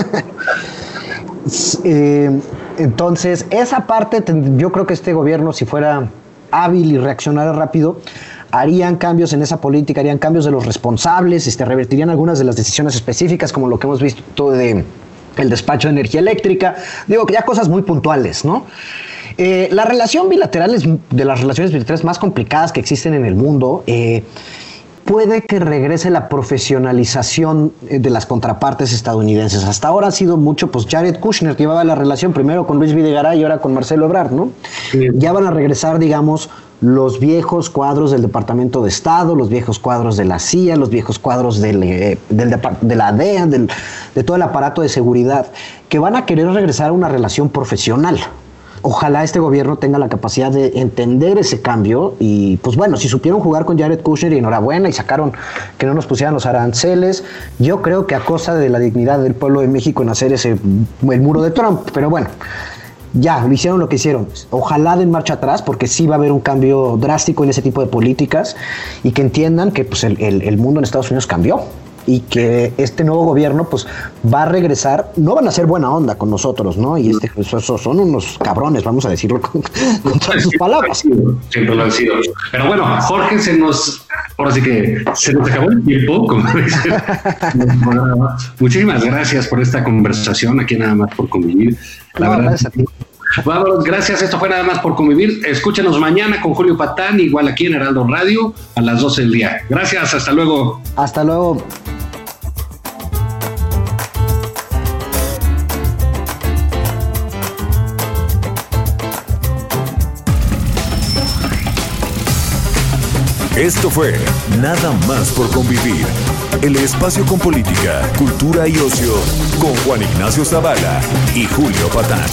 Entonces, esa parte, yo creo que este gobierno, si fuera hábil y reaccionara rápido, harían cambios en esa política, harían cambios de los responsables, revertirían algunas de las decisiones específicas, como lo que hemos visto de el despacho de energía eléctrica, digo que ya cosas muy puntuales, ¿no? La relación bilateral es de las relaciones bilaterales más complicadas que existen en el mundo. Puede que regrese la profesionalización de las contrapartes estadounidenses. Hasta ahora ha sido mucho, pues Jared Kushner que llevaba la relación primero con Luis Videgaray y ahora con Marcelo Ebrard, ¿no? Sí. Ya van a regresar, digamos, los viejos cuadros del Departamento de Estado, los viejos cuadros de la CIA, los viejos cuadros de la DEA, de todo el aparato de seguridad, que van a querer regresar a una relación profesional. Ojalá este gobierno tenga la capacidad de entender ese cambio y, pues bueno, si supieron jugar con Jared Kushner, y enhorabuena, y sacaron que no nos pusieran los aranceles, yo creo que a costa de la dignidad del pueblo de México en hacer el muro de Trump, pero bueno, ya, lo hicieron lo que hicieron. Ojalá den marcha atrás, porque sí va a haber un cambio drástico en ese tipo de políticas, y que entiendan que pues, el mundo en Estados Unidos cambió, y que este nuevo gobierno pues va a regresar. No van a ser buena onda con nosotros, ¿no? Y son unos cabrones, vamos a decirlo con todas sus palabras. Siempre lo han sido. Pero bueno, Jorge, ahora sí que se nos acabó el tiempo, como dices. Muchísimas gracias por esta conversación aquí Nada Más por Convivir. La verdad, gracias a ti. Vámonos, gracias. Esto fue Nada Más por Convivir. Escúchenos mañana con Julio Patán, igual aquí en Heraldo Radio, a las 12 del día. Gracias, hasta luego. Hasta luego. Esto fue Nada Más por Convivir, el espacio con política, cultura y ocio, con Juan Ignacio Zavala y Julio Patán.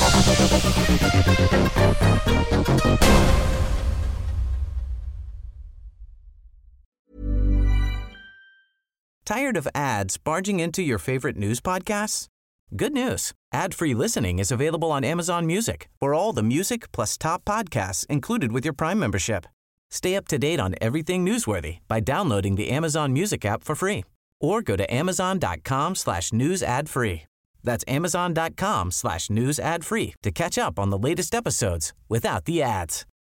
Tired of ads barging into your favorite news podcasts? Good news. Ad-free listening is available on Amazon Music for all the music plus top podcasts included with your Prime membership. Stay up to date on everything newsworthy by downloading the Amazon Music app for free or go to amazon.com/news ad free. That's amazon.com/news ad free to catch up on the latest episodes without the ads.